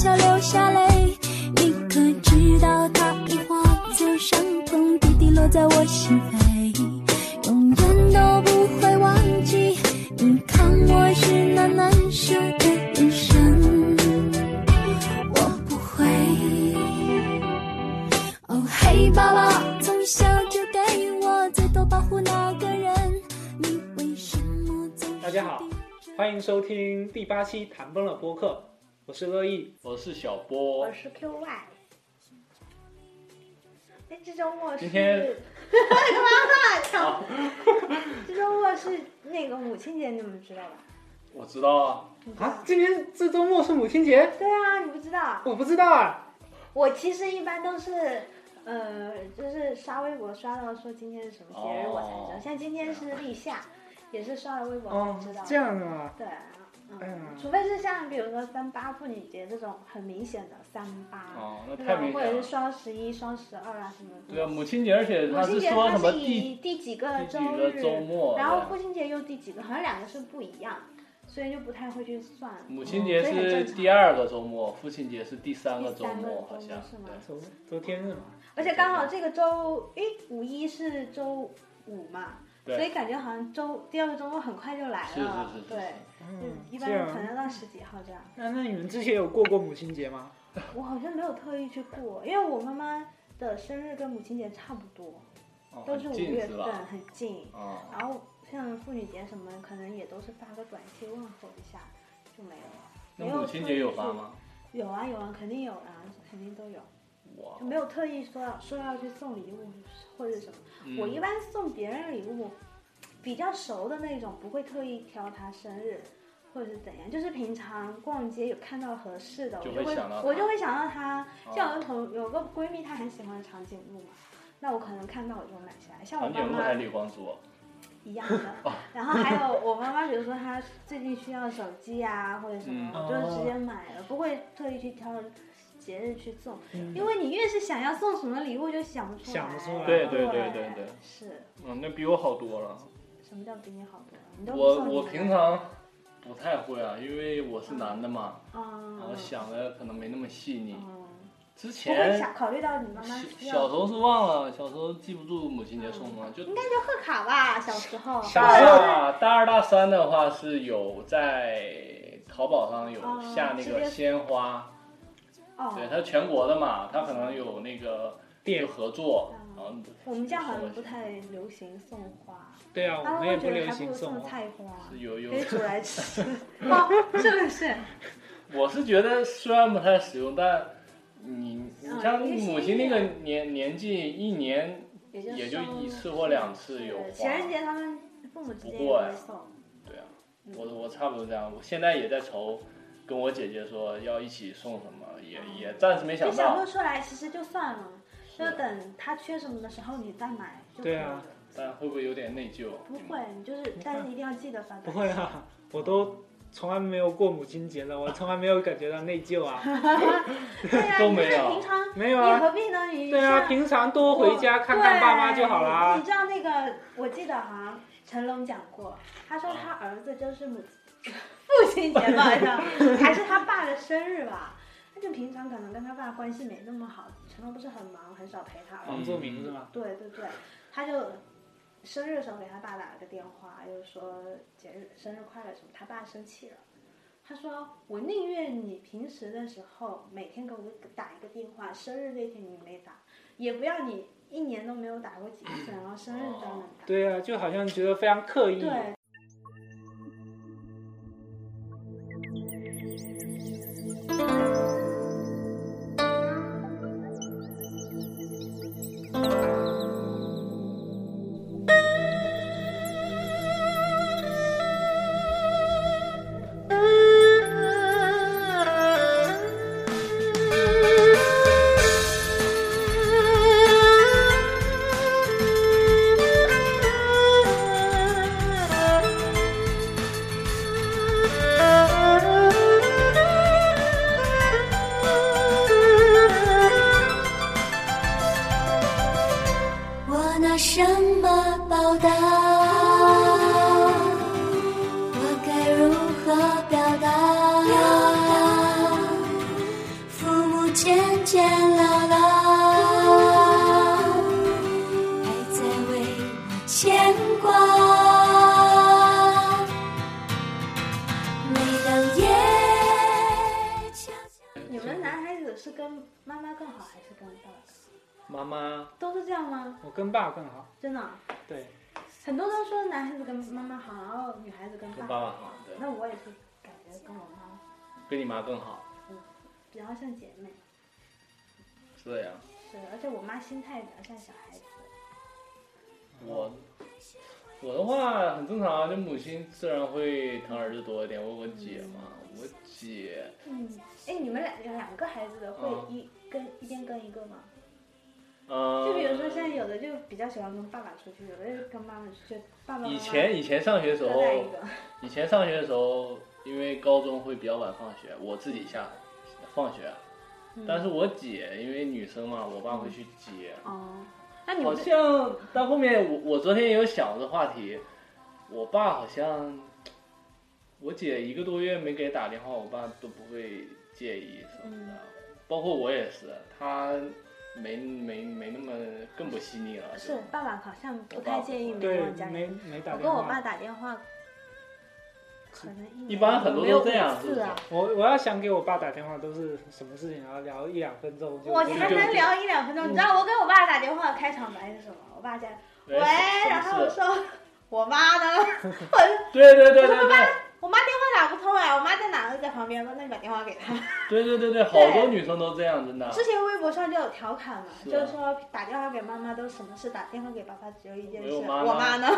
笑流下泪，你可知道它已化作伤痛，滴滴落在我心扉，永远都不会忘记你看我是那难舍的眼神。我不会。哦嘿爸爸，从小就给我最多保护那个人，你为什么总是大家好，欢迎收听第8期谈崩了播客，我是乐意， 我是小波， 我是 QY。哎，这周末是今天干嘛这周末是那个母亲节，你们知道吧？ 我知道啊。 啊，今天这周末是母亲节？ 对啊，你不知道？ 我不知道啊。 我其实一般都是就是刷微博刷到说今天是什么节日，我才知道。像今天是立夏，也是刷了微博才知道。 这样啊。 对。除非是像比如说38妇女节这种很明显的38， 那太明显了， 或者是双11、双12啊什么的。 对啊，母亲节，而且他是说什么第几个周末， 然后父亲节又第几个，好像两个是不一样，所以就不太会去算。 母亲节是第2个周末，父亲节是第3个周末，好像是吗？ 周天日嘛。 而且刚好这个5·1是周5嘛。所以感觉好像第2个周末很快就来了， 是对，一般可能到10几号这样。 那你们之前有过母亲节吗？ 我好像没有特意去过，因为我妈妈的生日跟母亲节差不多，都是5月份，很近。然后像妇女节什么，可能也都是发个短信问候一下就没有了。 那母亲节有发吗？ 有啊，肯定有啊，肯定都有。就没有特意说要去送礼物或者什么。我一般送别人礼物，比较熟的那种，不会特意挑他生日或者是怎样，就是平常逛街有看到合适的，我就会想到他。像有个闺蜜，她很喜欢长颈鹿嘛，那我可能看到我就买下来。像我妈妈长颈鹿还是李光洙一样的。然后还有我妈妈，比如说她最近需要手机啊或者什么，我就直接买了，不会特意去挑节日去送，因为你越是想要送什么礼物就想不出来。 对， 是。 那比我好多了。 什么叫比你好多了？你都不送。 我平常不太会啊，因为我是男的嘛，然后想的可能没那么细腻。之前不会考虑到你妈妈需要。 小时候是忘了，小时候记不住母亲节送什么， 应该就贺卡吧，小时候。 大2、大3的话是有在淘宝上有下那个鲜花。对，它全国的嘛，它可能有那个店合作。 我们家好像不太流行送花。 对啊，我们也不流行送菜花， 有可以煮来吃。是不是？ 我是觉得虽然不太实用，但你像母亲那个年纪，一年也就1次或2次有花。 情人节他们父母之间也会送。 对啊，我差不多这样。我现在也在愁。跟我姐姐说要一起送什么，也暂时没想到。 你想不出来，其实就算了，就等他缺什么的时候你再买就可以了。对啊， 但会不会有点内疚？ 不会，你就是，但是一定要记得发短信。 不会啊，我都从来没有过母亲节了，我从来没有感觉到内疚啊。 对啊， 都没有。 平常没有啊？ 你何必呢？ 对啊，平常多回家看看爸妈就好了。 你知道那个，我记得好像成龙讲过，他说他儿子就是父亲节吧，还是他爸的生日吧？他就平常可能跟他爸关系没那么好，成龙不是很忙，很少陪他儿子。 王作明是吗？ 对，他就生日的时候给他爸打了个电话，就是说生日快乐什么，他爸生气了。他说：“我宁愿你平时的时候每天给我打一个电话，生日那天你没打，也不要你1年都没有打过几次，然后生日专门打。” 对啊，就好像觉得非常刻意。 对。 什么报答？我该如何表达？ 好还是跟爸爸更好？ 妈妈都是这样吗？ 我跟爸更好。 真的、啊？ 对。 很多都说男孩子跟妈妈好，然后女孩子跟爸爸好。对。 那我也是感觉跟我妈。 跟你妈更好。 比较像姐妹。 是的呀。 是，而且我妈心态比较像小孩子。 我的话很正常啊，就母亲自然会疼儿子多一点。我姐嘛，我姐。 你们两个孩子的会一边跟一个吗？就比如说现在有的就比较喜欢跟爸爸出去，有的就跟妈妈出去。爸爸妈妈以前上学的时候，因为高中会比较晚放学，我自己放学。但是我姐因为女生嘛，我爸会去接。 那你好像到后面我昨天也有想这话题，我爸好像我姐1个多月没给打电话，我爸都不会介意什么的。包括我也是，他没那么更不细腻了。 是爸爸好像不太介意没往家里。我跟我爸打电话。可能一般很多都这样，是啊。 我要想给我爸打电话都是什么事情，然后聊1-2分钟。 我才能聊1-2分钟，你知道我跟我爸打电话开场白是什么？我爸讲喂，然后我说我妈呢？ 对。 我妈电话打不通哎，我妈在哪？在旁边，那你把电话给她。 对，好多女生都这样，真的。 之前微博上就有调侃嘛，就是说打电话给妈妈都什么事，打电话给爸爸只有一件事，我妈呢？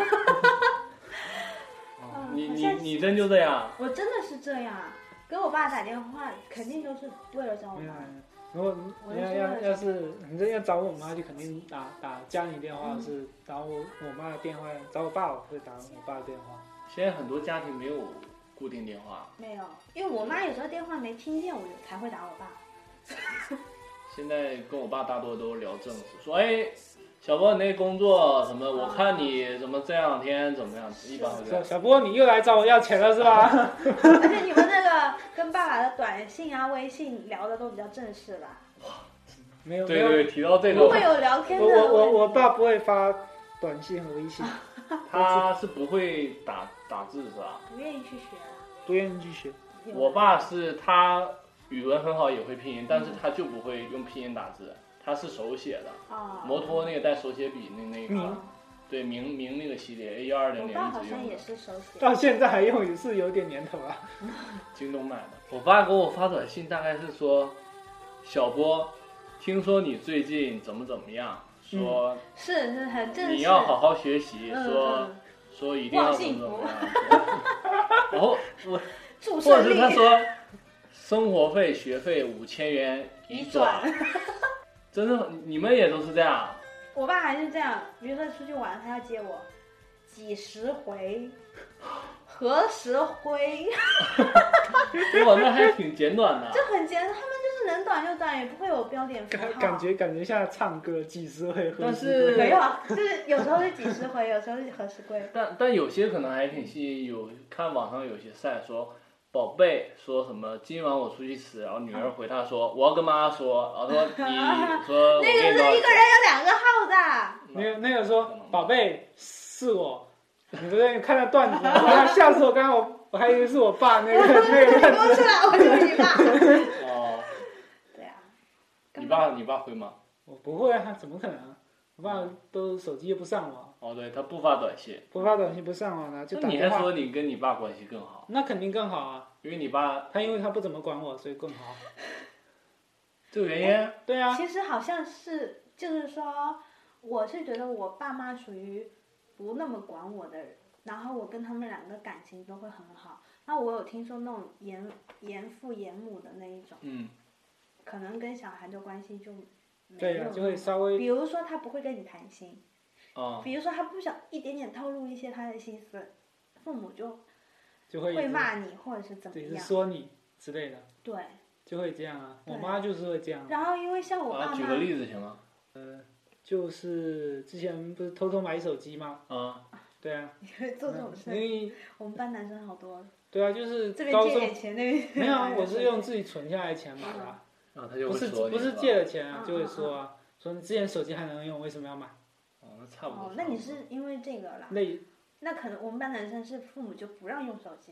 你真就这样？ 我真的是这样，跟我爸打电话肯定都是为了找我妈。 如果要是反正要找我妈，就肯定打家里电话，是打我妈的电话；找我爸，我会打我爸的电话。 现在很多家庭没有固定电话。 没有，因为我妈有时候电话没听见，我才会打我爸。 现在跟我爸大多都聊正事，说小波，你那工作什么？我看你怎么这2天怎么样？一般会这样。 小波，你又来找我要钱了是吧？ 而且你们那个跟爸爸的短信啊、微信聊的都比较正式吧？ 没有。 对，提到这个。 不会有聊天的。 我爸不会发短信和微信。 他是不会打字是吧？ 不愿意去学。 不愿意去学。 我爸是他语文很好，也会拼音，但是他就不会用拼音打字。他是手写的，摩托那个带手写笔那个，对明那个系列 A1200 我爸好像也是手写， 到现在还用也是有点年头了。 京东买的。我爸给我发短信，大概是说，小波，听说你最近怎么样，说是很正式， 你要好好学习，说一定要怎么样。然后或者是他说，生活费学费5000元已转。真的，你们也都是这样？ 我爸还是这样，比如说出去玩，他要接我几十回，何时回？ 哇，那还挺简短的。 这很简单，他们就是能短就短，也不会有标点符号。 感觉像唱歌几十回， 但是没有啊，就是有时候是几十回，有时候是何时归。 但有些可能还挺细，有看网上有些晒说。宝贝说什么？今晚我出去吃，然后女儿回他说：“我要跟妈说。”然后说：“你说那个是一个人有2个号的。 那个说宝贝是我，你昨天看到段子，吓死我！刚刚我还以为是我爸那个段子。 说出来，我就是你爸。 哦， 对啊。 你爸会吗？ 我不会啊，怎么可能啊？我爸都手机又不上网。 哦，对，他不发短信， 不上网了，就打电话。你还说你跟你爸关系更好？ 那肯定更好啊， 因为你爸因为他不怎么管我，所以更好。 这个原因？ 对啊。 其实好像是，就是说，我是觉得我爸妈属于不那么管我的人，然后我跟他们2个感情都会很好。那我有听说那种严父严母的那一种，可能跟小孩的关系就没有。 对呀，就会稍微。 比如说他不会跟你谈心。比如说他不想一点点透露一些他的心思，父母就会骂你或者是怎么样， 说你之类的。 对， 就会这样啊。我妈就是会这样。 然后因为像我爸妈， 举个例子行吗？ 就是之前不是偷偷买手机吗？对啊。 你会做这种事？ 因为我们班男生好多。 对啊，就是这边借点钱，那边没有啊，我是用自己存下来钱买的。 他就会说不是借了钱啊，就会说啊，说你之前手机还能用，为什么要买？ 那差不多。 那你是因为这个啦？那可能我们班男生是父母就不让用手机，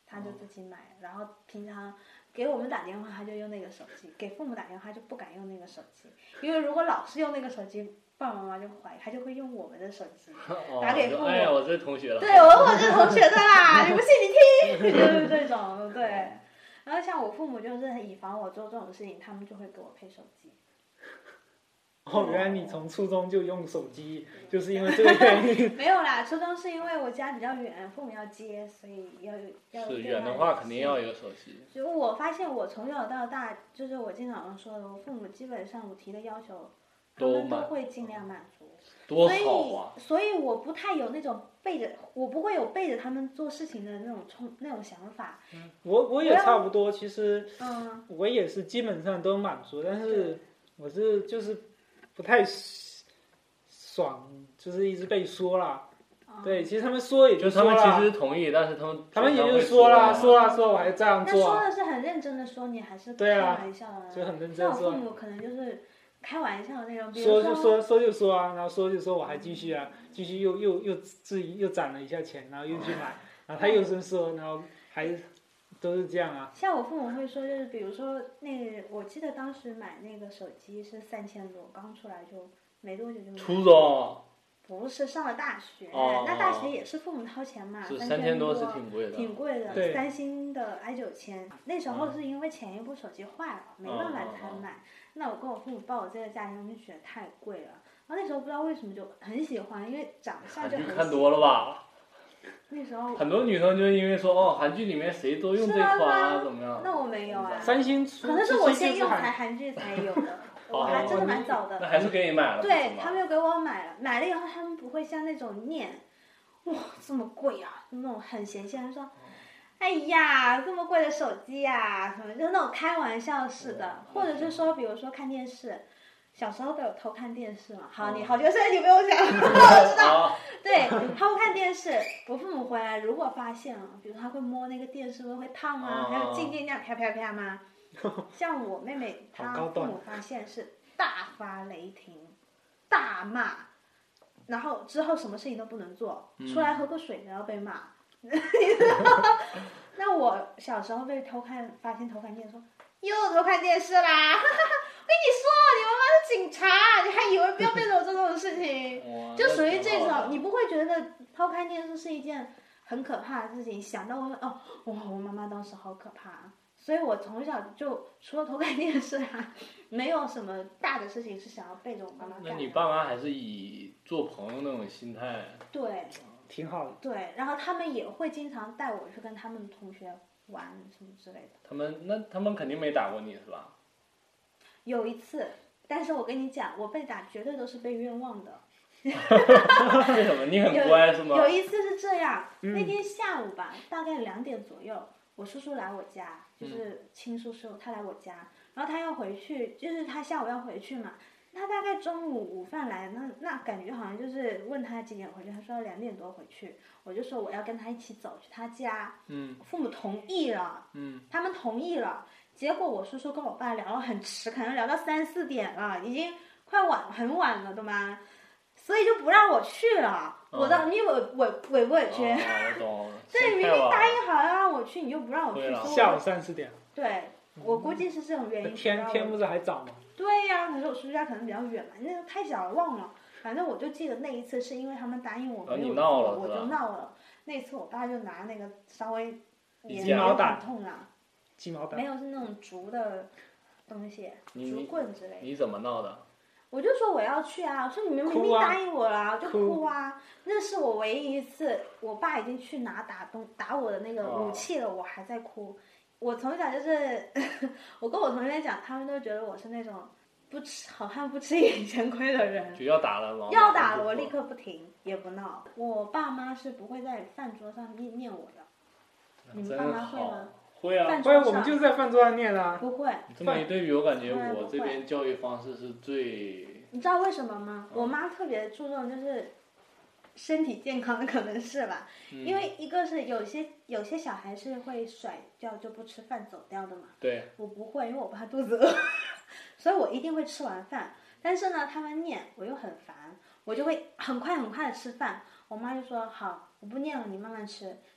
他就自己买，然后平常给我们打电话他就用那个手机，给父母打电话就不敢用那个手机，因为如果老是用那个手机，爸爸妈妈就怀疑，他就会用我们的手机打给父母。 哎呀，我这同学了。 对，我这同学的啦，你不信你听，就是这种对。然后像我父母就是以防我做这种事情，他们就会给我配手机。 哦，原来你从初中就用手机，就是因为这个原因。 没有啦，初中是因为我家比较远，父母要接，所以要。 是远的话肯定要有手机。 所以我发现我从小到大，就是我经常说的，我父母基本上我提的要求，他们都会尽量满足。 多好啊！ 所以我不太有那种我不会有背着他们做事情的那种想法。 我也差不多，其实我也是基本上都满足，但是我是就是不太爽，就是一直被说了。对，其实他们说也就说了， 他们其实同意，但是他们也就说了，我还这样做。 那说的是很认真的说，你还是开玩笑的？ 就很认真说。像我父母可能就是开玩笑的那种，比如说就说啊，然后说就说我还继续啊，继续又自己又攒了一下钱，然后又去买，然后他又是说，然后还都是这样啊。 像我父母会说，就是比如说我记得当时买那个手机是3000多，刚出来就没多久就买。 初中。 不是上了大学， 那大学也是父母掏钱嘛 ，3000多是挺贵的。 挺贵的， 对三星的 i9000，那时候是因为前一部手机坏了，没办法才买。那我跟我父母报我这个价钱，我就觉得太贵了。然后那时候不知道为什么就很喜欢，因为长相就很。 看多了吧？ 那时候很多女生就因为说韩剧里面谁都用这款啊，怎么样？ 那我没有啊。 三星可能是我先用才韩剧才有的。我还真的蛮早的。 那还是给你买了。 对，他们又给我买了，买了以后他们不会像那种念，哇这么贵啊，那种很嫌弃，他说，哎呀这么贵的手机啊，什么就那种开玩笑似的，或者是说比如说看电视，小时候都有偷看电视嘛，好你好就是你不用讲，我知道，对，偷看电视，我父母回来如果发现了，比如他会摸那个电视会烫啊，还有静电那样啪啪啪吗？像我妹妹她父母发现是大发雷霆，大骂，然后之后什么事情都不能做，出来喝个水都要被骂。那我小时候被发现偷看电视，说又偷看电视啦！我跟你说，你妈妈是警察，你还以为不要变成我做这种事情？就属于这种，你不会觉得偷看电视是一件很可怕的事情？想到我妈妈当时好可怕。所以我从小就除了偷看电视啊，没有什么大的事情是想要背着我妈妈干的。 那你爸妈还是以做朋友那种心态？ 对， 挺好的。 对，然后他们也会经常带我去跟他们同学玩什么之类的。 他们肯定没打过你是吧？ 有一次，但是我跟你讲，我被打绝对都是被冤枉的。 为什么？你很乖是吗？ 有一次是这样，那天下午吧，大概2点左右。我叔叔来我家，就是亲叔叔，他来我家，然后他要回去，就是他下午要回去嘛。他大概中午午饭来，那感觉好像就是问他几点回去，他说2点多回去，我就说我要跟他一起走去他家。父母同意了。他们同意了，结果我叔叔跟我爸聊得很迟，可能聊到3、4点了，已经快很晚了，懂吗？所以就不让我去了。你委不委屈？ 我懂。 对，明明答应好要让我去，你就不让我去。 下午3、4点。 对，我估计是这种原因。 天不是还早吗？ 对呀，可是我叔叔家可能比较远嘛，那个太小了忘了。反正我就记得那一次是因为他们答应我没有做，我就闹了。那次我爸就拿那个稍微鸡毛掸痛啊， 鸡毛掸没有是那种竹的东西，竹棍之类的。 你怎么闹的？ 我就说我要去啊！我说你们明明答应我了，就哭啊！那是我唯一一次，我爸已经去拿打我的那个武器了，我还在哭。我从小就是，我跟我同学讲，他们都觉得我是那种好汉不吃眼前亏的人。 就要打了吗？ 要打了，我立刻不停，也不闹。我爸妈是不会在饭桌上念我的。你们爸妈会吗？ 会啊， 会，我们就是在饭桌上念啊。 不会。 这么一对比，我感觉我这边教育方式是最…… 你知道为什么吗？我妈特别注重就是身体健康的，可能是吧。因为一个是有些小孩是会甩掉就不吃饭走掉的嘛。 对。 我不会，因为我怕肚子饿，所以我一定会吃完饭。但是呢，他们念我又很烦，我就会很快的吃饭。我妈就说好，我不念了，你慢慢吃。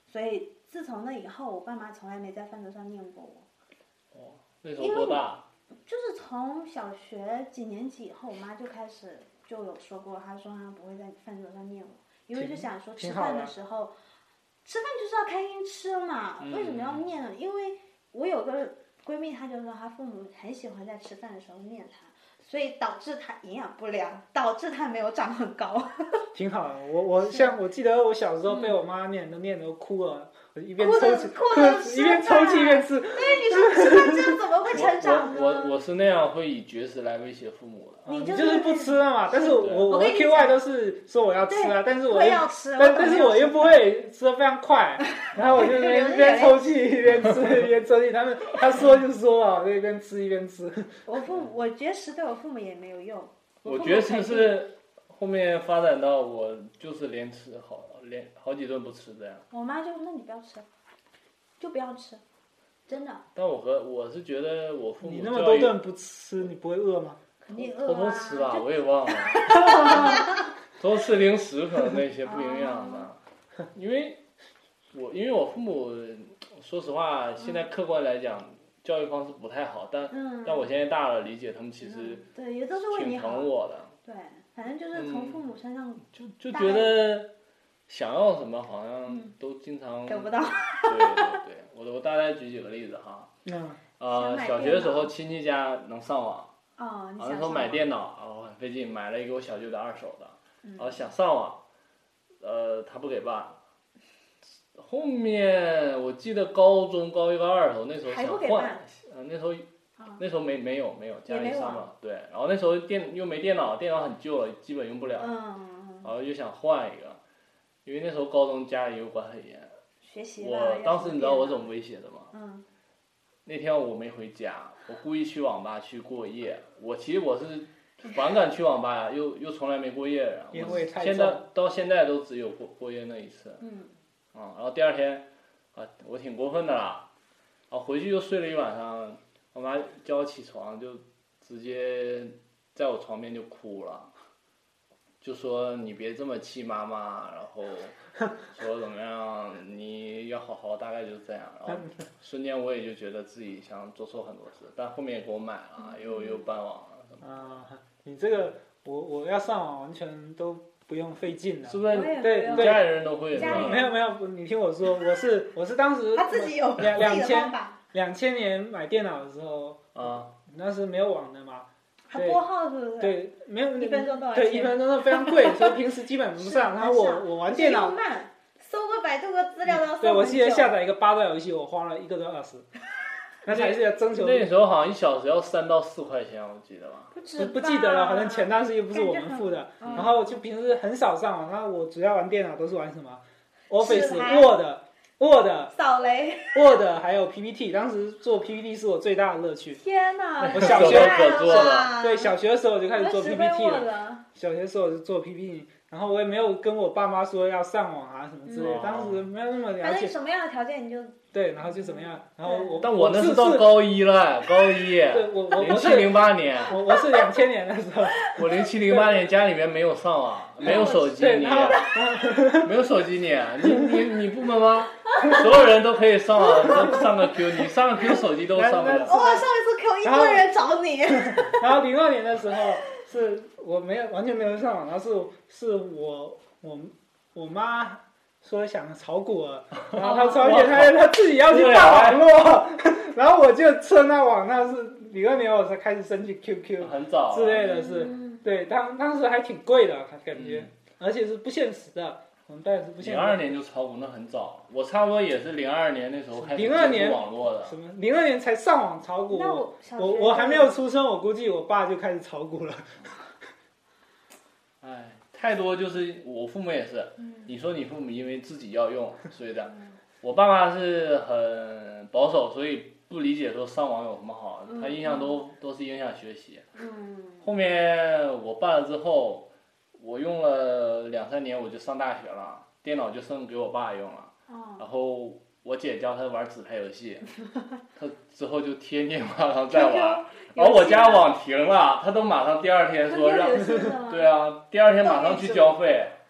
所以自从那以后，我爸妈从来没在饭桌上念过我。 哦，那时候多大？ 就是从小学几年级以后，我妈就开始就有说过，她说她不会在饭桌上念我，因为就想说吃饭的时候，吃饭就是要开心吃嘛，为什么要念呢？因为我有个闺蜜，她就说她父母很喜欢在吃饭的时候念她。所以导致他营养不良，导致他没有长很高。 挺好的，我记得我小时候被我妈念都哭了，我一边抽泣一边吃。 对，你说吃饭这样怎么会成长呢？我是那样会以绝食来威胁父母的。 你就是不吃了嘛？但是我的 QY 都是说我要吃啊，但是我又不会吃的非常快，然后我就一边抽泣一边吃一边抽泣，他说就说啊，就一边吃一边吃。 我绝食对我父母也没有用。 我绝食是后面发展到我就是连吃好几顿不吃这样。 我妈就那你不要吃，就不要吃，真的。 但我是觉得我父母你那么多顿不吃，你不会饿吗？ 肯定饿啊。 偷偷吃吧，我也忘了。偷吃零食可能那些不营养的，因为我父母说实话，现在客观来讲。教育方式不太好，但我现在大了，理解他们其实对也都是为你好， 挺疼我的。 对，反正就是从父母身上就觉得想要什么好像都经常得不到。 对，我大概举几个例子哈。小学的时候亲戚家能上网，那时候买电脑很费劲，买了一个我小舅的2手的，然后想上网，他不给办。后面我记得高中高一高二的时候，那时候想换，那时候没有家里上网，对，然后那时候又没电脑很旧了，基本用不了，然后又想换一个，因为那时候高中家里又管很严， 学习我当时你知道我怎么威胁的吗？那天我没回家，我故意去网吧去过夜，其实我是反感去网吧呀，又从来没过夜的，到现在都只有过夜那一次。然后第二天，我挺过分的啦，回去又睡了一晚上，我妈叫我起床就直接在我床边就哭了，就说你别这么气妈妈，然后说怎么样，你要好好，大概就是这样。然后瞬间我也就觉得自己想做错很多事，但后面也给我买了，又办网了什么。 你这个我要上网完全都不用费劲的， 是不是？对，家里人都会。 没有，你听我说，我是当时他自己有 2000年买电脑的时候，那是没有网的嘛。 他拨号是不是？ 对，没有 1分钟多少钱？对，1分钟都非常贵，所以平时基本不上。然后我玩电脑， 搜个百度个资料都要搜很久。 对，我记得下载一个8段游戏，我花了1个多小时。那才是要征求。 那时候好像1小时要3到4块钱，我记得吧。 不记得了，反正钱当时又不是我们付的。然后就平时很少上网，然后我主要玩电脑都是玩什么 Office、Word、 扫雷、 Word 还有 PPT。当时做 PPT 是我最大的乐趣。 天哪！ 我小学对小学的时候我就开始做 PPT 了。小学的时候我就做 PPT。然后我也没有跟我爸妈说要上网啊什么之类的，当时没有那么了解。 反正什么样的条件你就对，然后就怎么样，然后但我那是到高一了，高一。 对，我 07、08年， 我是2000年的时候。 我07、08年家里面没有上网，没有手机，没有手机你不闷吗？所有人都可以上网，上个 Q， 你上个 Q 手机都上不了。 上一次 Q 一堆人找你。 然后02年的时候。是我完全没有上网，然后是我妈说想炒股了，然后她炒一点，她自己要去办网络，然后我就蹭那网，那是02年我才开始升级 QQ， 很早之类的是，对，当时还挺贵的感觉，而且是不限时的。我们带是不限时。 02年就炒股，那很早，我差不多也是02年那时候开始接触网络的。 什么？02年才上网炒股，我还没有出生，我估计我爸就开始炒股了。 哎，太多就是我父母也是，你说你父母因为自己要用，所以的。我爸妈是很保守，所以不理解说上网有什么好，他印象都是影响学习。后面我办了之后。我用了2、3年，我就上大学了，电脑就剩给我爸用了。然后我姐教他玩纸牌游戏，他之后就天天晚上在玩。然后我家网停了，他都马上第2天说让，对啊，第2天马上去交费。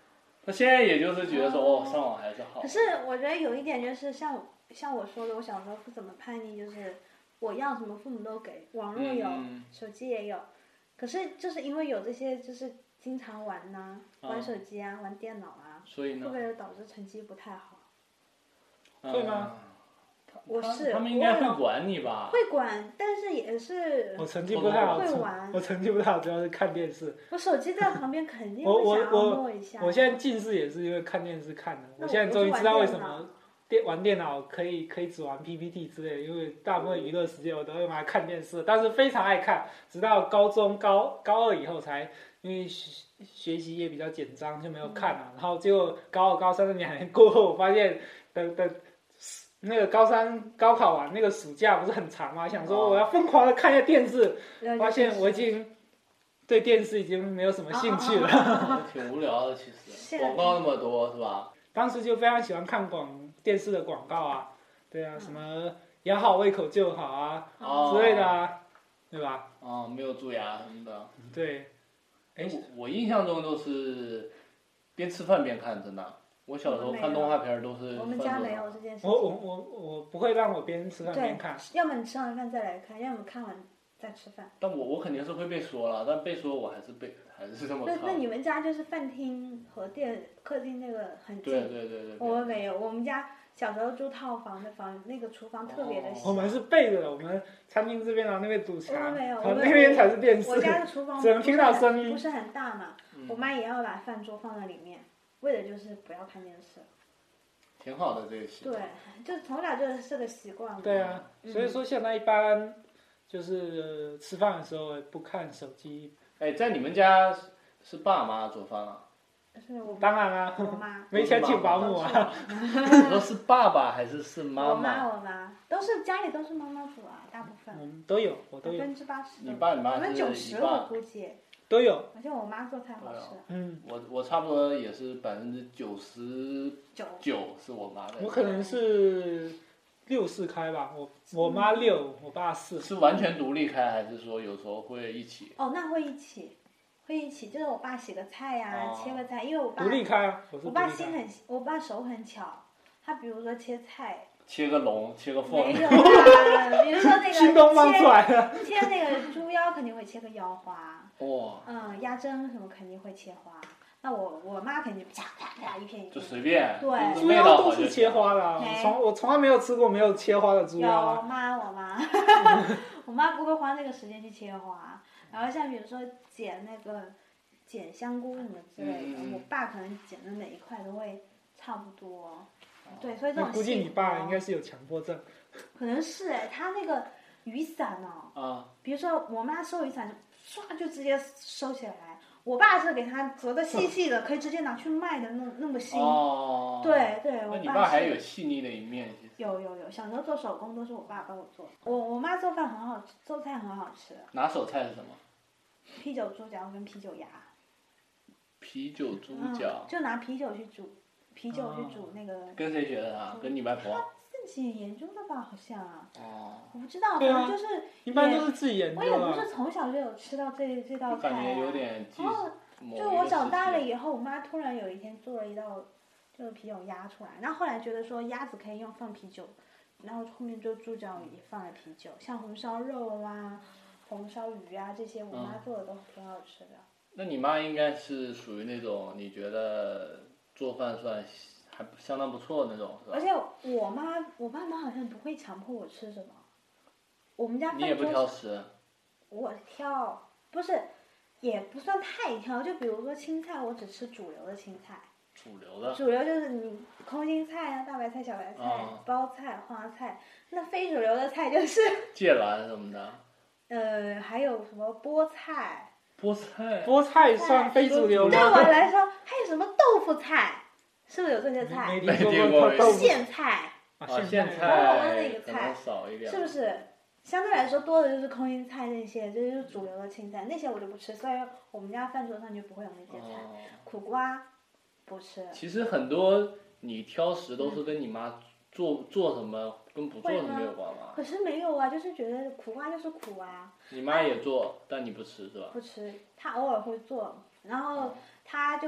他现在也就是觉得说上网还是好。 可是我觉得有一点就是像我说的，我小时候不怎么叛逆，就是我要什么父母都给，网络有，手机也有。可是就是因为有这些，就是经常玩呐，玩手机啊，玩电脑啊， 所以呢， 会不会导致成绩不太好？ 会吗？ 他们应该会管你吧？ 会管，但是也是我成绩不太好， 会玩。 我成绩不太好，主要是看电视。 我手机在旁边肯定会想要摸一下。 我现在近视也是因为看电视看的。我现在终于知道为什么玩电脑可以只玩 PPT 之类的，因为大部分娱乐时间我都会拿来看电视，但是非常爱看，直到高中高二以后才因为学习也比较紧张就没有看了，然后结果高二高三的2年过后，我发现等那个高3高考完那个暑假不是很长吗？想说我要疯狂的看一下电视，发现我已经对电视已经没有什么兴趣了。 挺无聊的，其实广告那么多是吧？ 当时就非常喜欢看电视的广告啊，对啊，什么养好胃口就好啊之类的啊，对吧？ 没有蛀牙什么的。 对。 我印象中都是边吃饭边看，真的。我小时候看动画片都是。 我们家没有这件事情。 我不会让我边吃饭边看。 要么你吃完饭再来看，要么看完再吃饭。 但我肯定是会被说了，但被说我还是这么看。 那你们家就是饭厅和客厅那个很近？ 对。 我们没有，我们家小时候住套房的那个厨房特别的小。 我们是背着的，我们餐厅这边然后那边堵墙， 我们没有， 那边才是电视。 我家的厨房只能听到声音， 不是很大嘛。我妈也要把饭桌放在里面，为的就是不要看电视。 挺好的这个习惯。 对，就从小就是个习惯嘛。 对啊，所以说现在一般就是吃饭的时候不看手机。 在你们家是爸妈做饭啊？ 当然啦， 我妈没钱请保姆啊。 你说是爸爸还是妈妈？ 我妈都是家里都是妈妈煮啊，大部分。 都有，我都有。 80%。 你爸你妈是 90%我估计。 都有。 而且我妈做菜好吃。 我差不多也是99%是我妈的。 我可能是6-4开吧，我妈6，我爸4。 是完全独立开，还是说有时候会一起？ 那会一起，就是我爸洗个菜呀，切个菜，因为我爸独立开啊， 我爸手很巧，他比如说切菜。 切个龙，切个凤。 没有啊，比如说那个新东方出来的。 切那个猪腰肯定会切个腰花。 哇。 鸭胗什么肯定会切花。那我妈肯定啪啪啪一片一片。 就随便。 对。 猪腰都是切花的，我从来没有吃过没有切花的猪腰。 我妈，我妈不会花那个时间去切花。然后像比如说剪香菇什么之类的，我爸可能剪的每一块都会差不多。对，所以这种估计你爸应该是有强迫症。 可能是他那个雨伞比如说我妈收雨伞，唰就直接收起来。我爸是给他折的细细的，可以直接拿去卖的那么细。对， 那你爸还有细腻的一面。 有，小时候做手工都是我爸帮我做。我妈做饭很好吃，做菜很好吃。 拿手菜是什么？ 啤酒猪脚跟啤酒鸭。 啤酒猪脚。 就拿啤酒去煮那个。 跟谁学的啊？跟你外婆？ 自己研究的吧，好像。我不知道，反正就是一般都是自己研究。 我也不是从小就有吃到这道菜。 感觉有点。 就我长大了以后，我妈突然有一天做了一道就是啤酒鸭出来，然后后来觉得说鸭子可以放啤酒，然后后面就猪脚也放了啤酒，像红烧肉啊、红烧鱼啊这些，我妈做的都挺好吃的。 那你妈应该是属于那种你觉得做饭算还相当不错的那种，是吧？ 而且我爸妈好像不会强迫我吃什么。我们家饭桌你也不挑食？ 我挑，不是，也不算太挑。就比如说青菜，我只吃主流的青菜。 主流的？ 主流就是你空心菜啊、大白菜、小白菜、包菜、花菜。那非主流的菜就是。 芥蓝什么的。 还有什么菠菜？ 菠菜算非主流吗？ 对我来说，还有什么豆腐菜？是不是有这些菜？ 没听过。 苋菜。 苋菜可能少一点。 是不是？相对来说多的就是空心菜那些，这就是主流的青菜，那些我就不吃，所以我们家饭桌上就不会有那些菜。苦瓜不吃。 其实很多你挑食都是跟你妈做什么跟不做什么有关吗？ 可是没有啊，就是觉得苦瓜就是苦啊。 你妈也做，但你不吃是吧？ 不吃，她偶尔会做，然后她就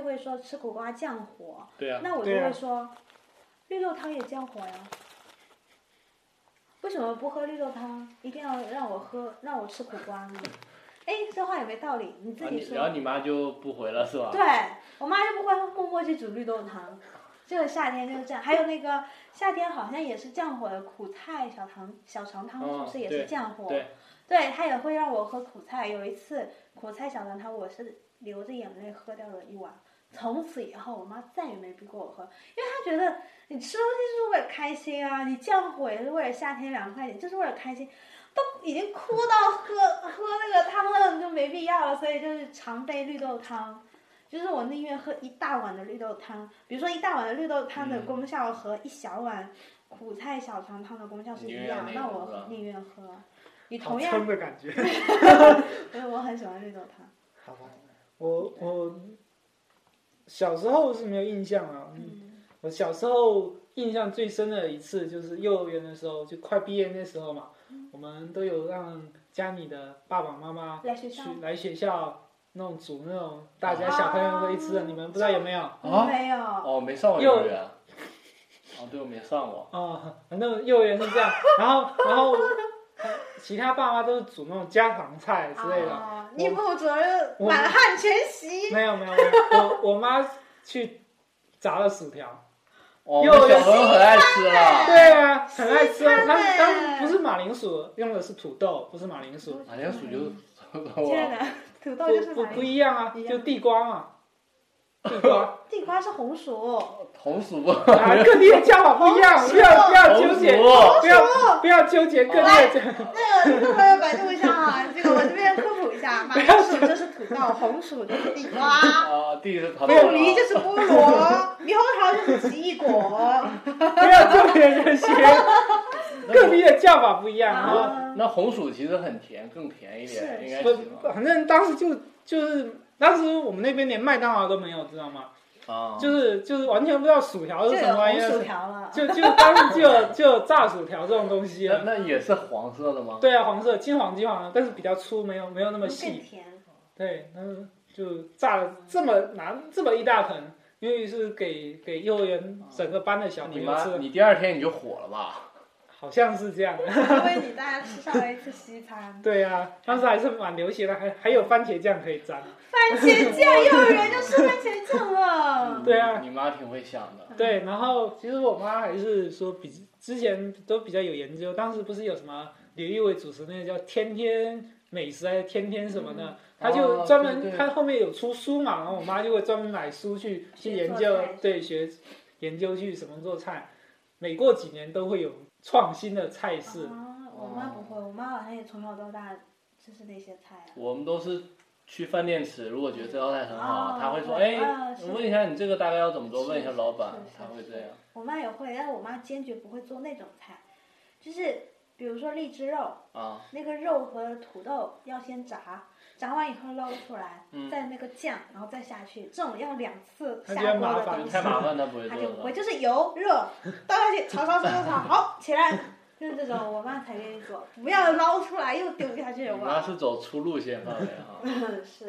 就会说吃苦瓜降火， 对啊， 那我就会说，绿豆汤也降火呀。为什么不喝绿豆汤，一定要让我吃苦瓜呢？哎，这话也没道理，你自己说。 然后你妈就不回了是吧？ 对，我妈就不会默默去煮绿豆汤。这个夏天就是这样，还有那个夏天好像也是降火的苦菜小肠汤，是不是也是降火？对，她也会让我喝苦菜。有一次苦菜小肠汤，我是流着眼泪喝掉了一碗。从此以后，我妈再也没逼过我喝，因为她觉得你吃东西就是为了开心啊，你降火也是为了夏天凉快点，就是为了开心。都已经哭到喝那个汤了，就没必要了，所以就是常备绿豆汤。就是我宁愿喝一大碗的绿豆汤，比如说一大碗的绿豆汤的功效和一小碗苦菜小肠汤的功效是一样，那我宁愿喝。你同样。 撑的感觉。 所以我很喜欢绿豆汤。 好吧，我小时候是没有印象啊。我小时候印象最深的一次就是幼儿园的时候，就快毕业那时候嘛，我们都有让家里的爸爸妈妈来学校那种煮那种大家小朋友都一吃的，你们不知道有没有？ 没有。 哦，没上过幼儿园。对，我没上过。 反正幼儿园是这样，然后其他爸妈都是煮那种家常菜之类的。 你负责满汉全席。 没有，我妈去炸了薯条。 小朋友很爱吃了。 对啊，很爱吃啊。他们当时不是马铃薯，用的是土豆，不是马铃薯。 马铃薯就是亲爱的，土豆就是马铃薯。 不一样啊，就地瓜嘛。 地瓜是红薯。 红薯不？ 各地的叫法不一样，不要纠结，不要纠结各地的。 那个听众朋友百度一下啊，这个我这边科普一下，马铃薯就是土豆，红薯就是地瓜。凤梨就是菠萝，猕猴桃就是奇异果。 不要纠结这些，各地的叫法不一样。 那红薯其实很甜，更甜一点，应该行。 反正当时就是当时我们那边连麦当劳都没有，知道吗？就是完全不知道薯条是什么玩意儿，就当时就有炸薯条这种东西了。 那也是黄色的吗？ 对啊，黄色，金黄的，但是比较粗，没有那么细。 更甜。 对，就炸了这么一大盆，因为是给幼儿园整个班的小朋友吃。 你第二天你就火了吧？ 好像是这样的。 因为你大家吃上了一次西餐。 对啊，当时还是蛮流行的，还有番茄酱可以沾。 番茄酱，幼儿园就吃番茄酱了。 对啊， 你妈挺会想的。 对，然后其实我妈还是说之前都比较有研究，当时不是有什么李玉伟主持那个叫天天美食还是天天什么的，他就专门他后面有出书嘛，然后我妈就会专门买书去研究，学研究去怎么做菜，每过几年都会有创新的菜式。 我妈不会，我妈好像也从小到大就是那些菜。 我们都是去饭店吃，如果觉得这道菜很好，他会说：“哎，问一下你这个大概要怎么做？”问一下老板，他会这样。 我妈也会，但是我妈坚决不会做那种菜，就是比如说荔枝肉那个肉和土豆要先炸完以后捞出来，再那个酱，然后再下去，这种要2次下锅的东西， 太麻烦，他不会做。 他就不会，就是油热倒下去炒，好起来。就是这种，我妈才愿意做，不要捞出来又丢下去。 我妈是走粗路线范围是。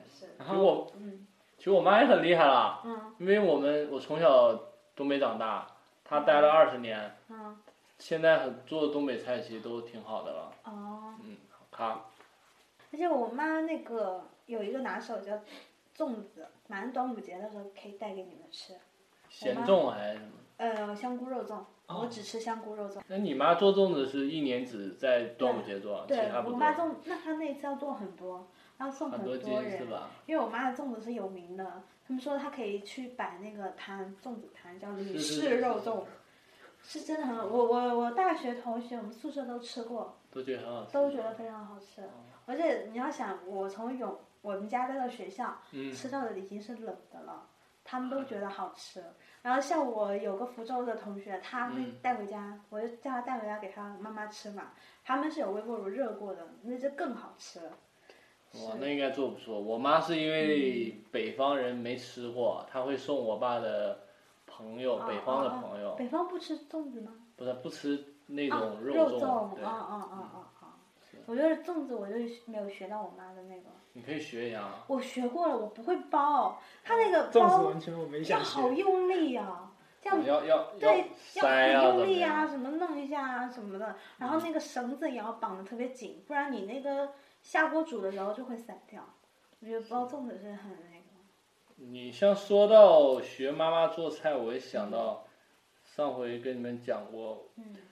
其实我妈也很厉害了。因为我从小东北长大，她待了20年。现在做的东北菜其实都挺好的了。好看。 而且我妈那个有一个拿手叫粽子，马上端午节的时候可以带给你们吃。 咸粽还是什么？香菇肉粽。我只吃香菇肉粽。 那你妈做粽子是一年只在端午节做，其他不做？ 我妈那她那次要做很多，要送很多人， 是吧？ 因为我妈的粽子是有名的，他们说她可以去摆那个摊，粽子摊叫女士肉粽，是真的很好。我大学同学，我们宿舍都吃过， 都觉得很好吃， 都觉得非常好吃。而且你要想，我从我们家到学校吃到的已经是冷的了，他们都觉得好吃。然后像我有个福州的同学，他会带回家，我就叫他带回家给他妈妈吃嘛。他们是有微波炉热过的，那就更好吃了。 哇，那应该做不错。我妈是因为北方人没吃过，她会送我爸的朋友，北方的朋友。 北方不吃粽子吗？ 不是，不吃那种肉粽。 我觉得粽子我就没有学到我妈的那个。 你可以学一下。 我学过了，我不会包，它那个粽子完全我没想要好用力啊，这样对， 要很用力啊，什么弄一下啊什么的，然后那个绳子也要绑得特别紧，不然你那个下锅煮的时候就会散掉。我觉得包粽子是很那个。 你像说到学妈妈做菜，我也想到上回跟你们讲过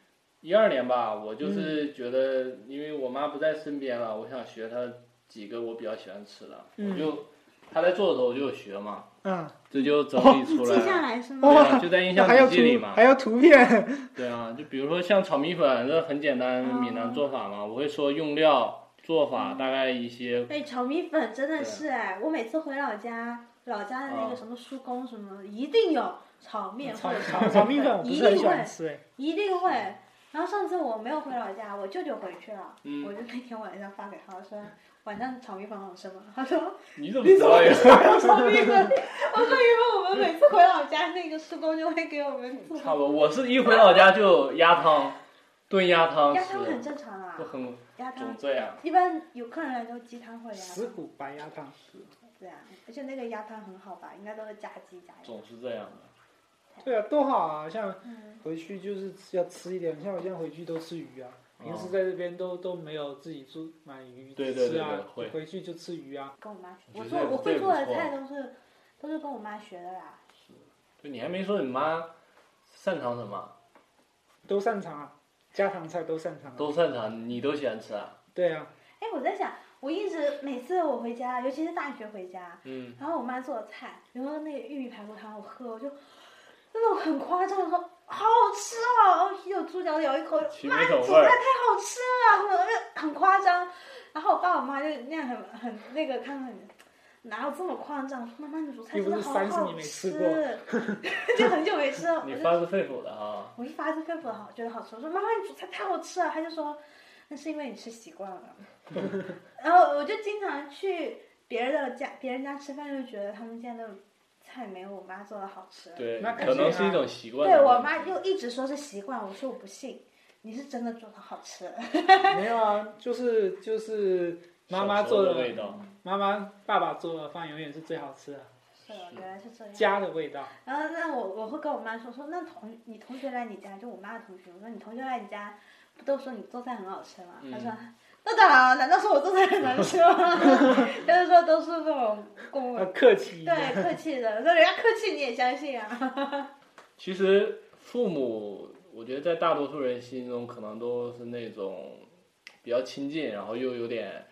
，12年吧，我就是觉得，因为我妈不在身边了，我想学她几个我比较喜欢吃的，我就她在做的时候我就有学嘛，这就整理出来， 记下来是吗？ 对啊，就在印象笔记里嘛， 还有图片。 对啊，就比如说像炒米粉，这很简单闽南做法嘛，我会说用料、做法，大概一些。 对，炒米粉真的是我每次回老家的那个什么叔公什么，一定有炒面或者炒米粉， 一定会吃， 一定会。然后上次我没有回老家，我舅舅回去了，我就那天晚上发给他说，晚上炒米粉好吃吗？他说你怎么知道呀？ 炒米粉，我说因为我们每次回老家，那个叔公就会给我们做。 差不多，我是一回老家就鸭汤，炖鸭汤吃。 鸭汤很正常啊。 就很鸭汤总这样。 一般有客人来都鸡汤或者鸭汤。 石骨白鸭汤。 对啊，而且那个鸭汤很好吧？应该都是加鸡加鸭。 总是这样的。 对啊，多好啊！像回去就是要吃一点，像我现在回去都吃鱼啊。平时在这边都没有自己买鱼吃啊，回去就吃鱼啊。 跟我妈学，我会做的菜都是跟我妈学的啦。 是，就你还没说你妈擅长什么？ 都擅长啊，家常菜都擅长。 都擅长，你都喜欢吃啊？ 对啊。 哎，我在想，我一直每次我回家，尤其是大学回家，然后我妈做的菜，比如说那个玉米排骨汤，我喝我就那种很夸张的说。好好吃哦！啤酒猪脚咬一口，妈，你煮菜太好吃了，很夸张。然后我爸我妈就那样很那个，他们哪有这么夸张？妈妈你煮菜真的好好吃，就很久没吃了。 你发自肺腑的啊！ 我一发自肺腑的好，觉得好吃。我说妈妈你煮菜太好吃了，他就说那是因为你吃习惯了。然后我就经常去别人家吃饭，就觉得他们家的菜没有我妈做的好吃。 对，可能是一种习惯。 对，我妈又一直说是习惯，我说我不信，你是真的做的好吃。 没有啊，就是妈妈做的味道， 爸爸做的饭永远是最好吃的。 是，原来是这样。 家的味道。 然后那我会跟我妈说那你同学来你家，就我妈的同学，我说你同学来你家，不都说你做菜很好吃吗？她说。那当然，难道说我做菜很难吃吗？就是说都是这种客气， 对，客气的，说人家客气你也相信啊。 其实父母，我觉得在大多数人心中可能都是那种比较亲近，然后又有点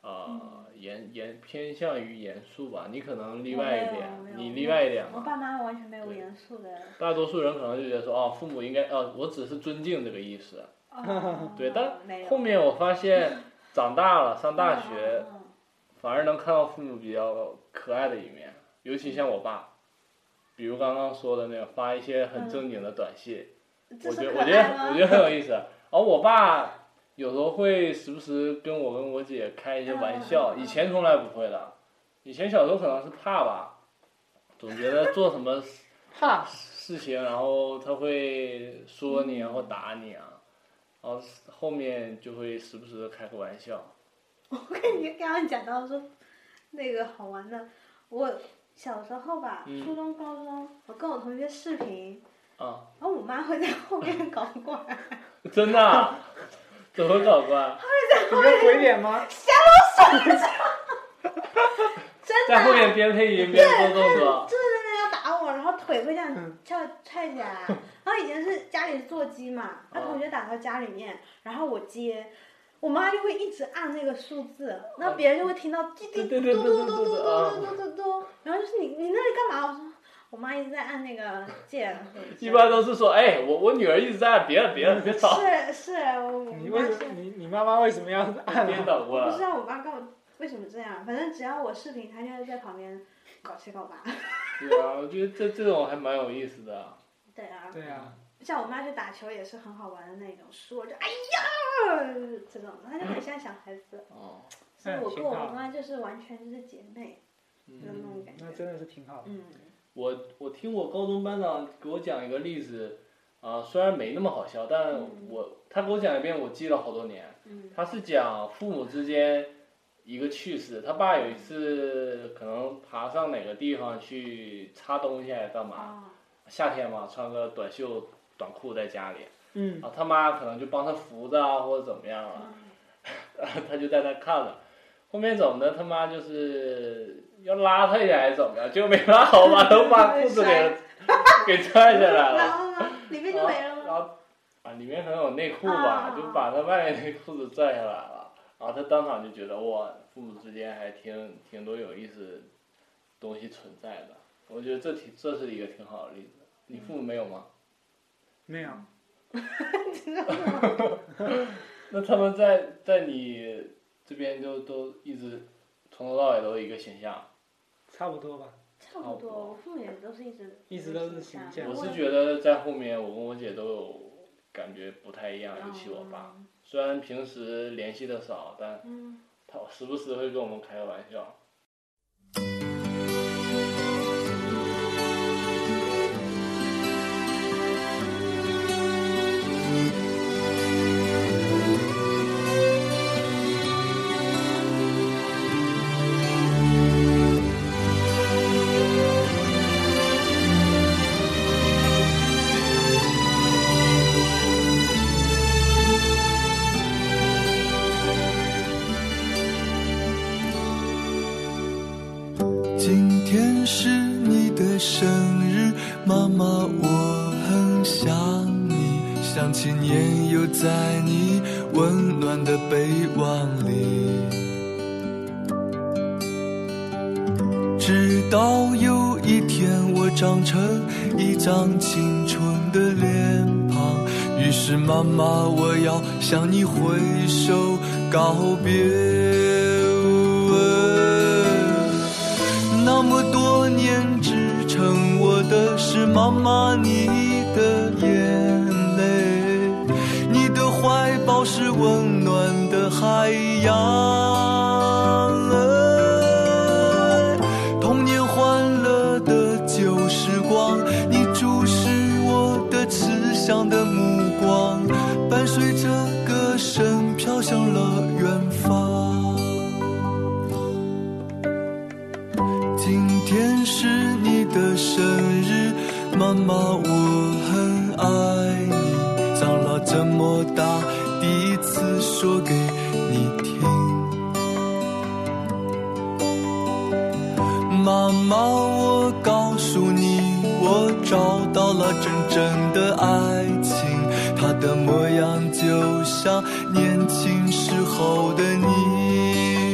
偏向于严肃吧。你可能例外一点，你例外一点嘛。 我爸妈完全没有严肃的。 大多数人可能就觉得说父母应该我只是尊敬这个意思。对，但后面我发现长大了上大学，反而能看到父母比较可爱的一面，尤其像我爸，比如刚刚说的那个发一些很正经的短信，我觉得很有意思。而我爸有时候会时不时跟我姐开一些玩笑，以前从来不会的，以前小时候可能是怕吧，总觉得做什么事情，然后他会说你然后打你啊。然后后面就会时不时的开个玩笑。 我跟你刚刚讲到说那个好玩的，我小时候吧，初中、高中，我跟我同学视频，然后我妈会在后面搞怪。 真的、啊？怎么搞怪？ 她会在后面鬼脸吗？ 吓我手上。真的。 在后面边配音边做动作。 就是那要打我，然后腿会这样踹起来。然后以前是家里座机嘛，他同学打到家里面，然后我接，我妈就会一直按那个数字，然后别人就会听到滴滴嘟嘟嘟嘟嘟嘟嘟嘟，然后就是你那里干嘛？我说我妈一直在按那个键。 一般都是说，哎，我女儿一直在按，别吵。 是， 你妈妈为什么要按颠倒过来？ 我不知道我妈跟我为什么这样，反正只要我视频，她就会在旁边搞七搞八。 对啊，我觉得这种还蛮有意思的。 对啊， 像我妈去打球也是很好玩的那种，输了就哎呀这种，她就很像小孩子。所以我跟我妈就是完全就是姐妹的那种感觉。 那真的是挺好的。 我听我高中班长给我讲一个例子，虽然没那么好笑，但他给我讲一遍，我记了好多年。 他是讲父母之间一个趣事。他爸有一次可能爬上哪个地方去擦东西还是干嘛，夏天嘛，穿个短袖短裤在家里，他妈可能就帮他扶着啊或者怎么样了，他就在那看了。后面怎么的，他妈就是要拉他一下还是怎么样，就没拉好，把裤子给拽下来了。 然后呢，里面就没了吗？ 然后里面可能有内裤吧，就把他外面那裤子拽下来了。然后他当场就觉得哇，父母之间还挺多有意思的东西存在的。我觉得这是一个挺好的例子。你父母没有吗？ 没有。 那他们在你这边都一直从头到尾都是一个形象。 差不多吧。 差不多，我父母也都是一直都是形象。 我是觉得在后面我跟我姐都有感觉不太一样，尤其我爸。虽然平时联系的少，但他时不时会跟我们开个玩笑。 今天是你的生日，妈妈，我很想你，想起年幼在你温暖的臂弯里。直到有一天我长成一张青春的脸庞，于是妈妈，我要向你挥手告别。那么多年支撑我的是妈妈你的眼泪，你的怀抱是温暖的海洋，童年欢乐的旧时光，你注视我的慈祥的目光，伴随着歌声飘向了远方。今天是你的生日，妈妈，我很爱你，长了这么大第一次说给你听。妈妈，我告诉你，我找到了真正的爱情，它的模样就像年轻时候的你。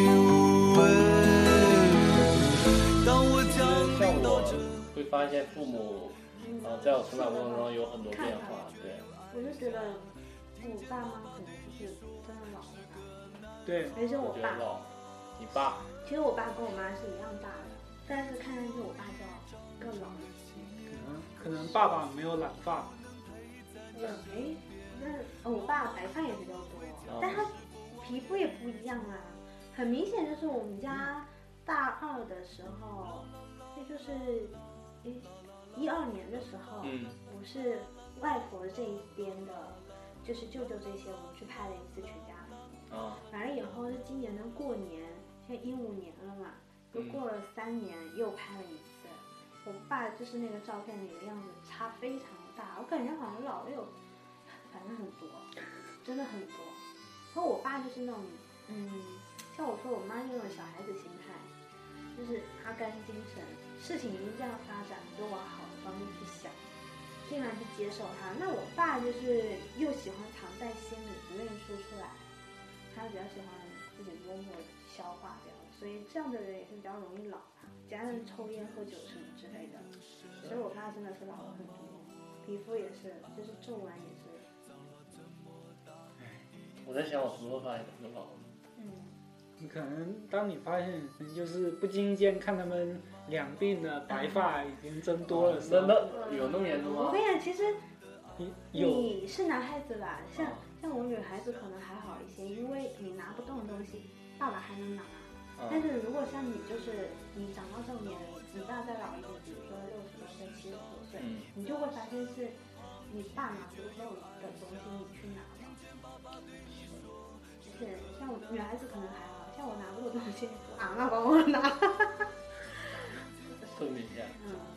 发现父母在我成长过程中有很多变化。对， 我就觉得我爸妈可能就是真的老了。 对， 而且我爸， 你爸， 其实我爸跟我妈是一样大的，但是看上去我爸就更老了。 可能爸爸没有染发。 那我爸白发也比较多，但他皮肤也不一样啊。很明显就是我们家大二的时候，那就是12年的时候，我是外婆这一边的，就是舅舅这些，我们去拍了一次全家福。完了以后是今年的过年，现在15年了嘛，又过了3年又拍了一次。我爸就是那个照片里的样子差非常大，我感觉好像老了有，反正很多，真的很多。然后我爸就是那种，像我说我妈那种小孩子心态，就是阿甘精神。事情已经这样发展，就往好的方面去想，尽量去接受它。那我爸就是又喜欢藏在心里，不愿意说出来，他比较喜欢自己默默消化掉，所以这样的人也是比较容易老吧，加上抽烟喝酒什么之类的。所以我爸真的是老了很多，皮肤也是，就是皱纹也是。 我在想我什么时候发现他们老了？ 可能当你发现就是不经意间看他们两鬓的白发已经增多了， 那有那么严重吗？ 我跟你讲，其实你是男孩子吧，像我女孩子可能还好一些，因为你拿不动的东西，爸爸还能拿。但是如果像你，就是你长到这种年龄，你爸再老一点，比如说60多岁、70多岁，你就会发现是你爸拿不动的东西，你去拿了。 是像我女孩子可能还好，像我拿不动东西，我阿妈帮我拿。 证明一下。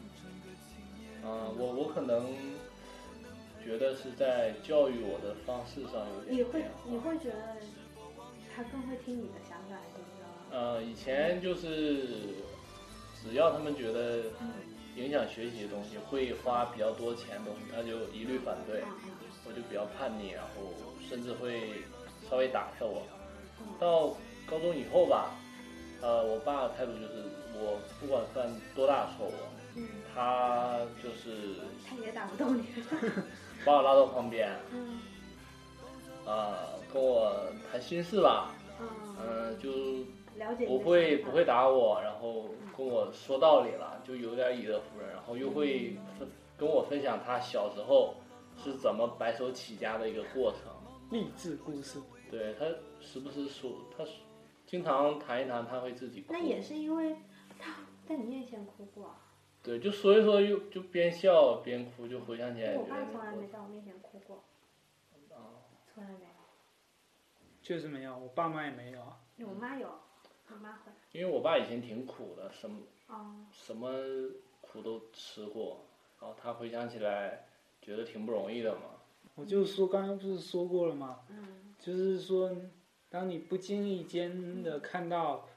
我可能觉得是在教育我的方式上有点变化。 你会觉得他更会听你的想法，还是什么？ 以前就是只要他们觉得影响学习的东西，会花比较多钱的东西，他就一律反对。我就比较叛逆，然后甚至会稍微打压我。到高中以后吧，我爸的态度就是我不管犯多大错误，他就是他也打不动你， 把我拉到旁边，跟我谈心事吧，就了解不会打我，然后跟我说道理了，就有点以德服人，然后又会跟我分享他小时候是怎么白手起家的一个过程， 励志故事。 对，他时不时说，他经常谈一谈，他会自己哭。 那也是因为他在你面前哭过。 对，就说一说就边笑边哭，就回想起来。 我爸从来没在我面前哭过。从来没有。 确实没有，我爸妈也没有啊。 我妈有，我妈会。 因为我爸以前挺苦的，什么苦都吃过，然后他回想起来觉得挺不容易的嘛。 我就说刚刚不是说过了吗？就是说，当你不经意间的看到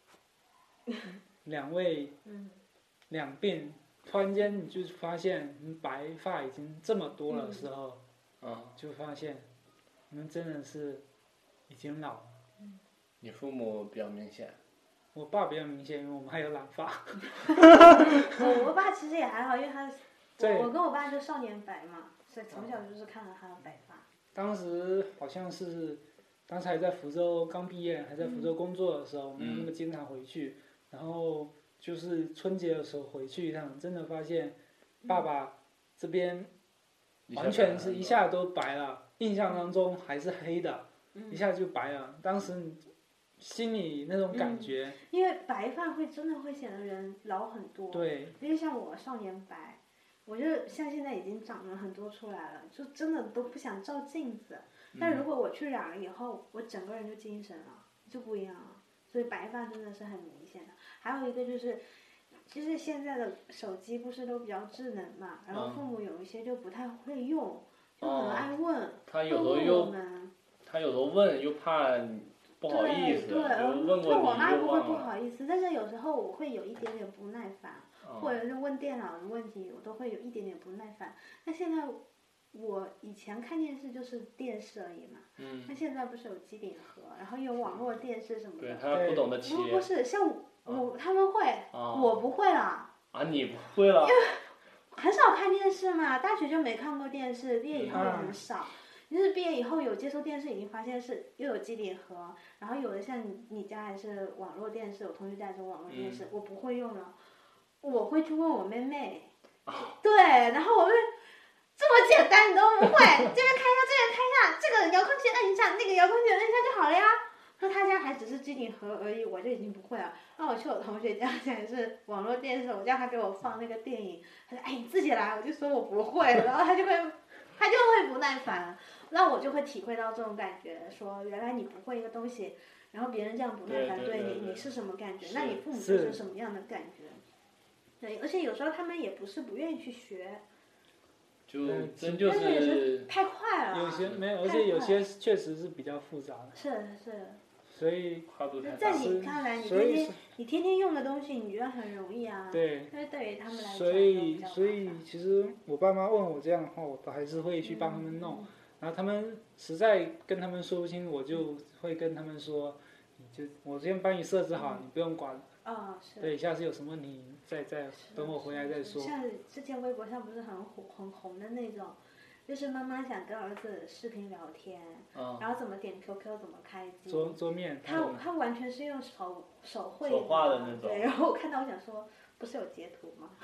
两鬓，突然间你就发现你白发已经这么多了的时候，就发现你们真的是已经老了。 你父母比较明显。 我爸比较明显，因为我们还有染发。 我爸其实也还好，因为我跟我爸就少年白嘛，所以从小就是看到他的白发。 当时好像是，当时还在福州刚毕业，还在福州工作的时候，没有那么经常回去。然后就是春节的时候回去一趟，真的发现爸爸这边完全是一下都白了，印象当中还是黑的，一下就白了。当时心里那种感觉， 因为白发真的会显得人老很多。 对， 因为像我少年白，我就像现在已经长了很多出来了，就真的都不想照镜子。但如果我去染了以后，我整个人就精神了，就不一样了。所以白发真的是很明显的。还有一个就是，其实现在的手机不是都比较智能嘛，然后父母有一些就不太会用，就很爱问， 他有时候问又怕不好意思， 对，我妈不会不好意思，但是有时候我会有一点点不耐烦，或者是问电脑的问题，我都会有一点点不耐烦。那现在我以前看电视就是电视而已嘛，那现在不是有机顶盒，然后有网络电视什么的。 对，他不懂得切。 不是，像他们会，我不会了。 你不会了？ 因为很少看电视嘛，大学就没看过电视，毕业以后也很少。就是毕业以后有接触电视，已经发现是又有机顶盒，然后有的像你家也是网络电视，我同学家也是网络电视，我不会用了，我会去问我妹妹，对，然后我妹这么简单你都不会，这边开一下，这边开一下，这个遥控器摁一下，那个遥控器摁一下就好了呀。那他家还只是机顶盒而已，我就已经不会了。那我去我同学家也是网络电视，我叫他给我放那个电影，他说哎你自己来，我就说我不会，然后他就会不耐烦。那我就会体会到这种感觉，说原来你不会一个东西，然后别人这样不耐烦对你，你是什么感觉？那你父母就是什么样的感觉？对，而且有时候他们也不是不愿意去学， 就是太快了。 有些没有，而且有些确实是比较复杂的。 是。 所以在你看来，你天天用的东西，你觉得很容易啊？ 对。 因为对于他们来说， 所以其实我爸妈问我这样的话，我还是会去帮他们弄。然后他们实在跟他们说不清，我就会跟他们说，我先帮你设置好，你不用管。 是。 对，下次有什么问题再等我回来再说。 像之前微博上不是很红的那种，就是妈妈想跟儿子视频聊天，然后怎么点 QQ， 怎么开机。 桌面。 他完全是用手绘手画的那种。 对，然后我看到我想说，不是有截图吗？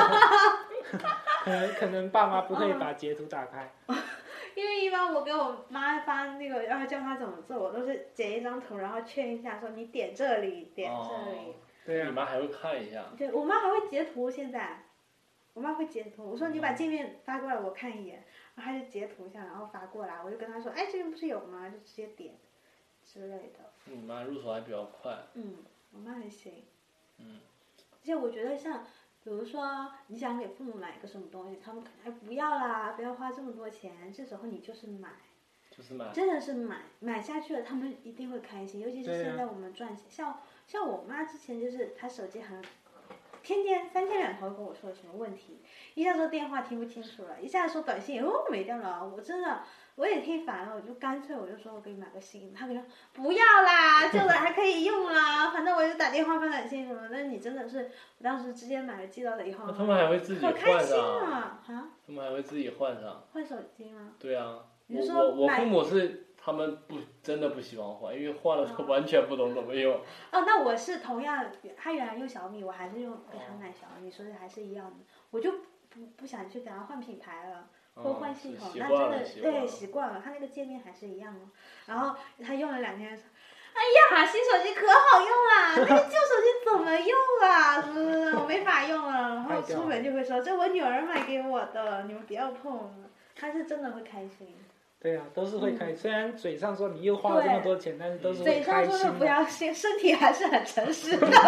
可能爸妈不会把截图打开。 因为一般我给我妈发那个要教她怎么做，我都是截一张图，然后确认一下，说你点这里，点这里。 对啊。 你妈还会看一下。 对，我妈还会截图，现在，我妈会截图。我说你把界面发过来，我看一眼，然后她就截图一下，然后发过来，我就跟她说，哎，这边不是有吗？就直接点， 之类的。 你妈入手还比较快。 我妈还行。而且我觉得像，比如说你想给父母买一个什么东西，他们可能不要啦，不要花这么多钱，这时候你就是买。真的是买下去了，他们一定会开心。尤其是现在我们赚钱，像我妈之前就是她手机天天3天2头跟我说有什么问题，一下说电话听不清楚了，一下说短信没电了，我也听烦了，我就干脆我就说我给你买个新的，他跟我说不要啦，旧的还可以用啦，反正我就打电话发短信什么的。你真的是，我当时直接买了寄到了以后， 他们还会自己换上， 可开心啊！ 他们还会自己换上， 换手机吗？ 对啊， 我父母是他们真的不喜欢换，因为换了他完全不懂怎么用。 那我是同样，他原来用小米，我还是给他买小米，所以还是一样的。我就不想去给他换品牌了。或换系统，那真的对习惯了，他那个界面还是一样的。然后他用了2天，哎呀，新手机可好用啦，那个旧手机怎么用啊？我没法用了。然后出门就会说，这我女儿买给我的，你们不要碰。他是真的会开心。 对啊，都是会开心。虽然嘴上说你又花了这么多钱，但是都是会开心的。 嘴上说的不要信，身体还是很诚实的。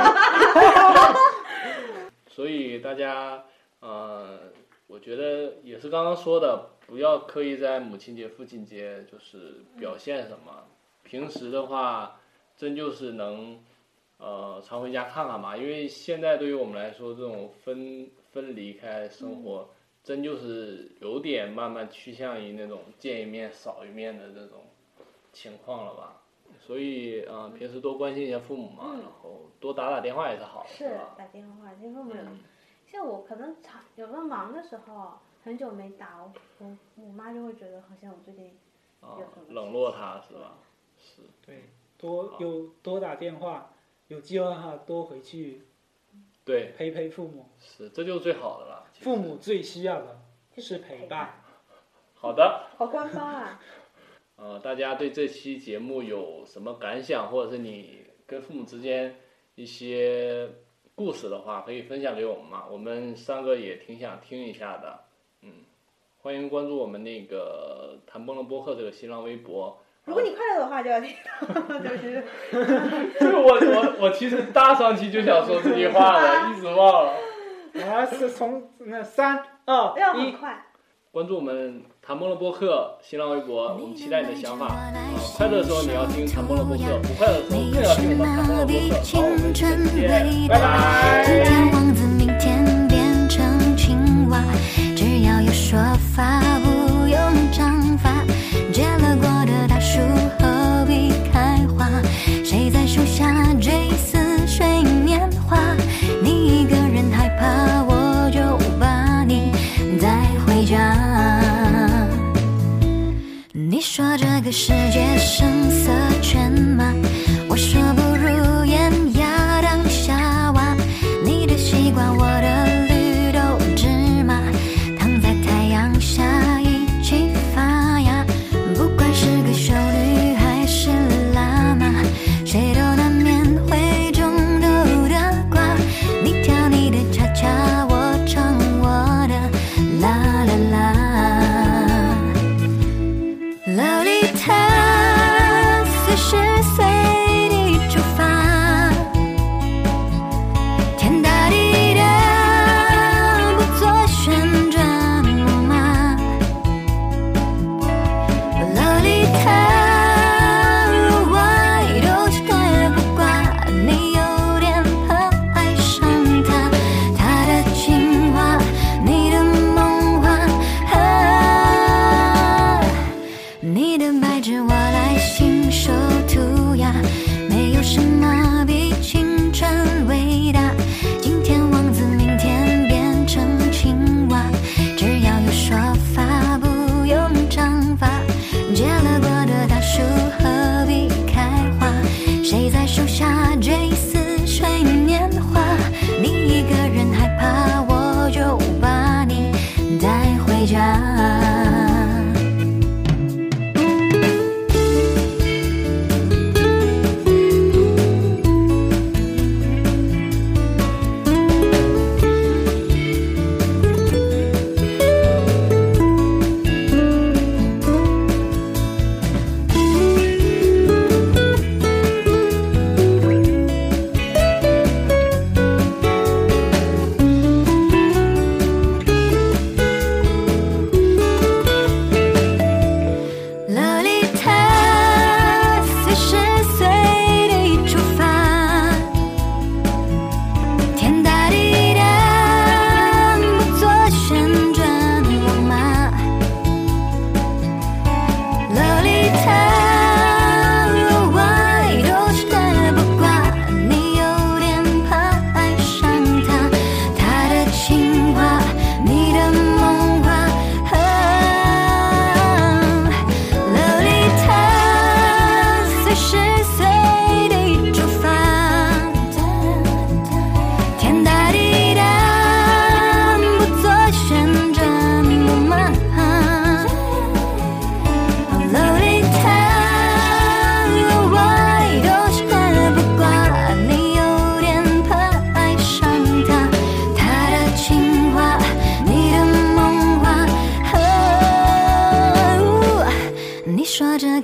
所以大家我觉得也是刚刚说的，不要刻意在母亲节、父亲节就是表现什么。平时的话，真就是能常回家看看嘛。因为现在对于我们来说，这种分离开生活，真就是有点慢慢趋向于那种见一面少一面的这种情况了吧。所以平时多关心一下父母嘛，然后多打电话也是好的， 是吧？打电话，因为父母像我可能有时候忙的时候很久没打，我妈就会觉得好像我最近有什么冷落她是吧？是。 对，多打电话，有机会的话多回去， 对， 陪父母。 是，这就是最好的了。 父母最需要的是陪伴。 好的。 好官方啊。 大家对这期节目有什么感想，或者是你跟父母之间一些故事的话，可以分享给我们嘛，我们3个也挺想听一下的。欢迎关注我们那个谈崩了播客这个新浪微博。 如果你快乐的话就要听到，对不起。 我其实大上期就想说这句话了，一直忘了。 是从那3、2、1， 要很快。 关注我们谈崩了播客新浪微博，我们期待你的想法。快乐的时候你要听谈崩了播客，不快乐的时候更要听我们谈崩了播客。好，我们下期见，拜拜。 今天王子，明天变成青蛙，只要有说法，不用章法。结了果的大树何必开花？谁在树下追似水年华？你一个人害怕，我就把你带回家。你说这个世界声色犬马，我说不如烟呀当夏娃。你的西瓜，我的绿豆芝麻，躺在太阳下一起发芽。不管是个修女还是喇嘛，谁都难免会中毒的瓜。你跳你的恰恰，我唱我的啦啦啦。洛丽塔。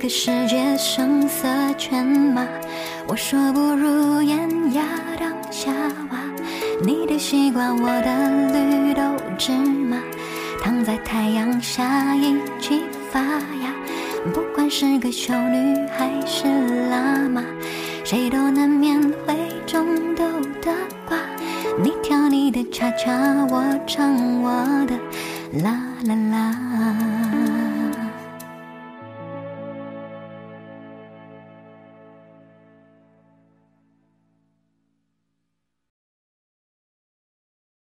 个世界声色犬马，我说不如艳压当夏娃。你的西瓜，我的绿豆芝麻，躺在太阳下一起发芽。不管是个修女还是喇嘛，谁都难免会种豆的瓜。你跳你的恰恰，我唱我的啦啦啦。